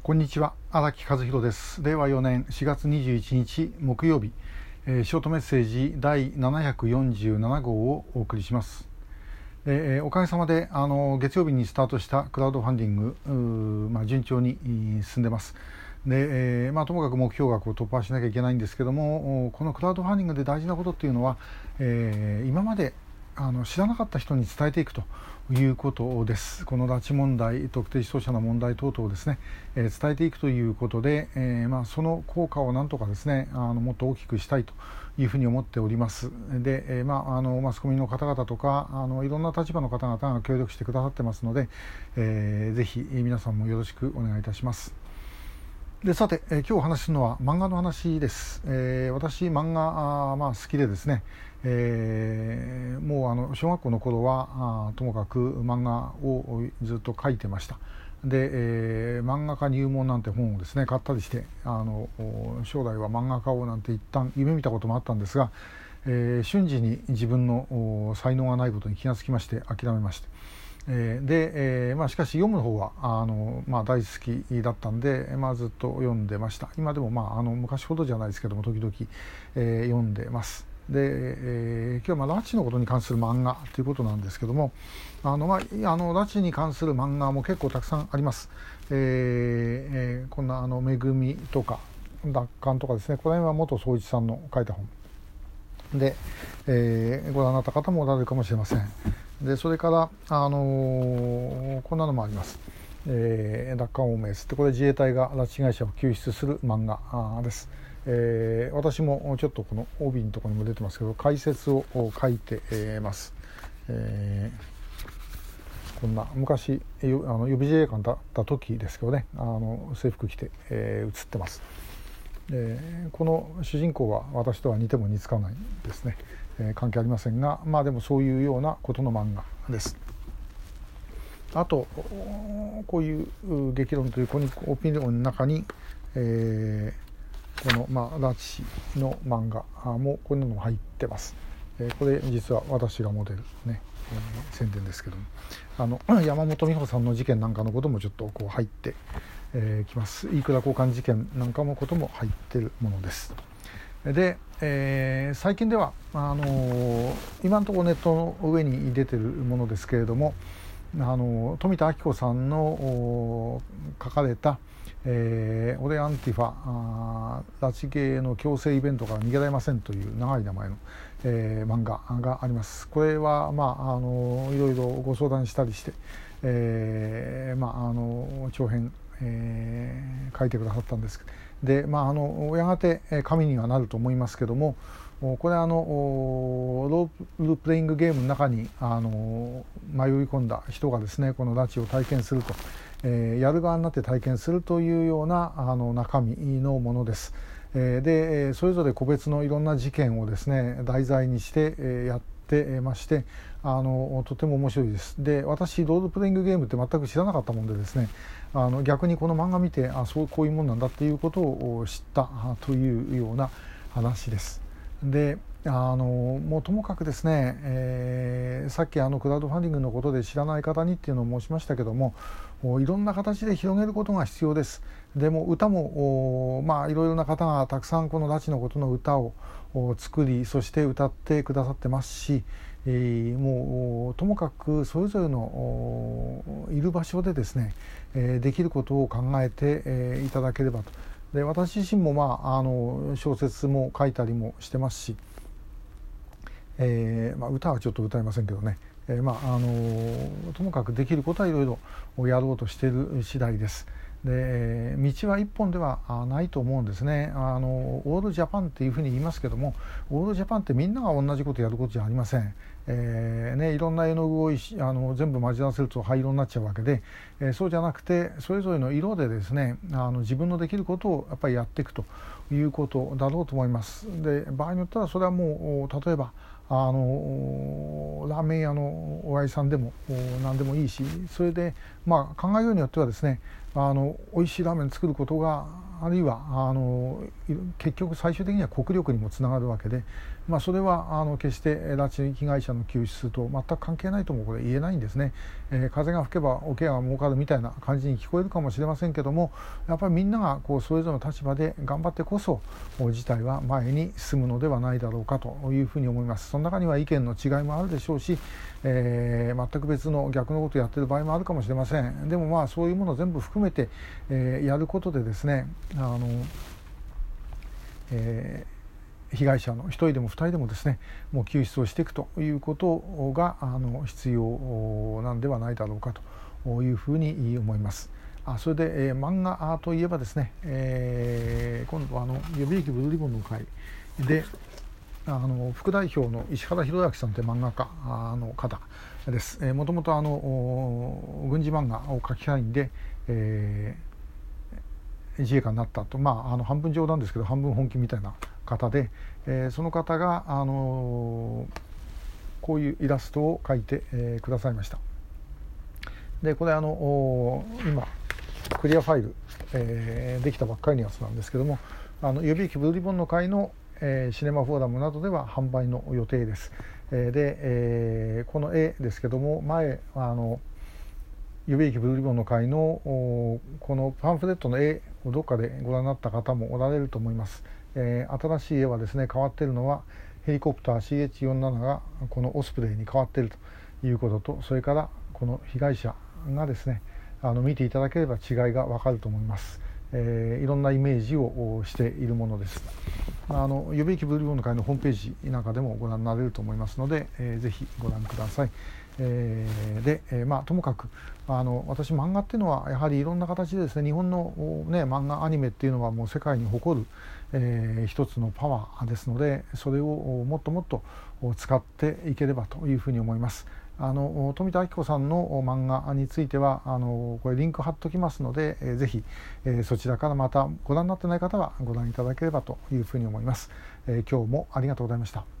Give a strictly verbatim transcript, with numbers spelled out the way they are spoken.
こんにちは、荒木和弘です。れいわよねんしがつにじゅういちにち木曜日、えー、ショートメッセージだいななひゃくよんじゅうななごうをお送りします。えー、おかげさまであの月曜日にスタートしたクラウドファンディング、まあ、順調に進んでます。で、えーまあ、ともかく目標額を突破しなきゃいけないんですけども、このクラウドファンディングで大事なことっていうのは、えー、今まであの知らなかった人に伝えていくということです。この拉致問題、特定失踪者の問題等々をですね、えー、伝えていくということで、えーまあ、その効果をなんとかですねあのもっと大きくしたいというふうに思っております。で、えーまあ、あのマスコミの方々とかあのいろんな立場の方々が協力してくださってますので、えー、ぜひ皆さんもよろしくお願いいたします。でさて、えー、今日お話しするのは漫画の話です。えー、私漫画あ、まあ、好きでですね、えー、もうあの小学校の頃はあともかく漫画をずっと書いてました。で、えー、漫画家入門なんて本をですね買ったりして、あの将来は漫画家をなんて一旦夢見たこともあったんですが、えー、瞬時に自分の才能がないことに気がつきまして諦めました。えー、で、えーまあ、しかし読む方はあの、まあ、大好きだったんで、まあ、ずっと読んでました。今でも、まあ、あの昔ほどじゃないですけども時々、えー、読んでます。で、えー、今日はまあ拉致のことに関する漫画ということなんですけども、あの、まあ、あの拉致に関する漫画も結構たくさんあります。えーえー、こんなあのめぐみとか奪還とかですね、この辺は元宗一さんの書いた本で、えー、ご覧になった方もおられるかもしれません。でそれから、あのー、こんなのもあります。えー、奪還オメースって、これ自衛隊が拉致被害者を救出する漫画です。えー、私もちょっとこの帯のところにも出てますけど解説を書いてます。えー、こんな昔あの予備自衛官だった時ですけどね、あの制服着て、えー、写ってます。えー、この主人公は私とは似ても似つかないですね、えー、関係ありませんが、まあでもそういうようなことの漫画です。あとこういう激論というオピニオンの中に、えー、この、まあ、拉致の漫画もこういうのも入ってます。えー、これ実は私がモデルね、えー、宣伝ですけども、あの山本美穂さんの事件なんかのこともちょっとこう入ってえー、きます。飯倉交換事件なんかのことも入っているものです。で、えー、最近ではあのー、今のところネットの上に出ているものですけれども、あのー、富田明子さんの書かれたえー、オレアンティファ拉致系の強制イベントから逃げられませんという長い名前の、えー、漫画があります。これは、まあ、あのいろいろご相談したりして、えーまあ、あの長編えー、書いてくださったんです。で、まあ、あのやがて紙にはなると思いますけども、これはあのロールプレイングゲームの中にあの迷い込んだ人がですねこの拉致を体験すると、えー、やる側になって体験するというようなあの中身のものです。えー、でそれぞれ個別のいろんな事件をですね題材にして、えー、やってまして、あのとても面白いです。で私ロールプレイングゲームって全く知らなかったもんでですね、あの逆にこの漫画見てあそうこういうもんなんだっていうことを知ったというような話です。であのもうともかくですね、えー、さっきあのクラウドファンディングのことで知らない方にっていうのを申しましたけども、いろんな形で広げることが必要です。でも歌もまあいろいろな方がたくさんこの拉致のことの歌を作り、そして歌ってくださってますし、えー、もうともかくそれぞれのいる場所でですね、えー、できることを考えて、えー、いただければと。で私自身も、まあ、あの小説も書いたりもしてますし、えーまあ、歌はちょっと歌えませんけどね、えーまあ、あのともかくできることはいろいろやろうとしている次第です。で道は一本ではないと思うんですね。あのオールジャパンっていうふうに言いますけども、オールジャパンってみんなが同じことやることじゃありません。えーね、いろんな絵の具をあの全部混ぜ合わせると灰色になっちゃうわけで、えー、そうじゃなくてそれぞれの色でですねあの自分のできることをやっぱりやっていくということだろうと思います。で場合によってはそれはもう例えばあのラーメン屋のおやじさんでも何でもいいし、それで、まあ、考えようによってはですねあの美味しいラーメン作ることがあるいはあの結局最終的には国力にもつながるわけで、まあ、それはあの決して拉致被害者の救出と全く関係ないともこれ言えないんですね。えー、風が吹けば桶が儲かるみたいな感じに聞こえるかもしれませんけども、やっぱりみんながこうそれぞれの立場で頑張ってこそ事態は前に進むのではないだろうかというふうに思います。その中には意見の違いもあるでしょうし、えー、全く別の逆のことをやっている場合もあるかもしれません。でもまあそういうものを全部含めて、えー、やることでですね、あの、えー被害者の一人でも二人でもですね、もう救出をしていくということがあの必要なんではないだろうかというふうに思います。あそれで、えー、漫画といえばですね、えー、今度はあの予備役ブルーリボンの会であの副代表の石原弘明さんという漫画家の方です。えー、もともとあの軍事漫画を描きたいんで、えー、自衛官になったと、まあ、あの半分冗談ですけど半分本気みたいな方で、えー、その方が、あのー、こういうイラストを描いて、えー、くださいました。でこれあの今クリアファイル、えー、できたばっかりのやつなんですけども、あの予備役ブルーリボンの会の、えー、シネマフォーラムなどでは販売の予定です。えー、で、えー、この絵ですけども、前あの予備役ブルーリボンの会のこのパンフレットの絵をどっかでご覧になった方もおられると思います。えー、新しい絵はですね、変わっているのはヘリコプター シーエイチよんじゅうなな がこのオスプレイに変わっているということと、それからこの被害者がですね、あの見ていただければ違いがわかると思います。えー、いろんなイメージをしているものです。あの予備役ブルーリボンの会のホームページなんかでもご覧になれると思いますので、えー、ぜひご覧ください。えー、で、えー、まあともかくあの私漫画っていうのはやはりいろんな形でですね、日本の、ね、漫画アニメっていうのはもう世界に誇る、えー、一つのパワーですので、それをもっともっと使っていければというふうに思います。あの富田明子さんの漫画についてはあのこれリンク貼っときますので、えー、ぜひ、えー、そちらからまたご覧になってない方はご覧いただければというふうに思います。えー、今日もありがとうございました。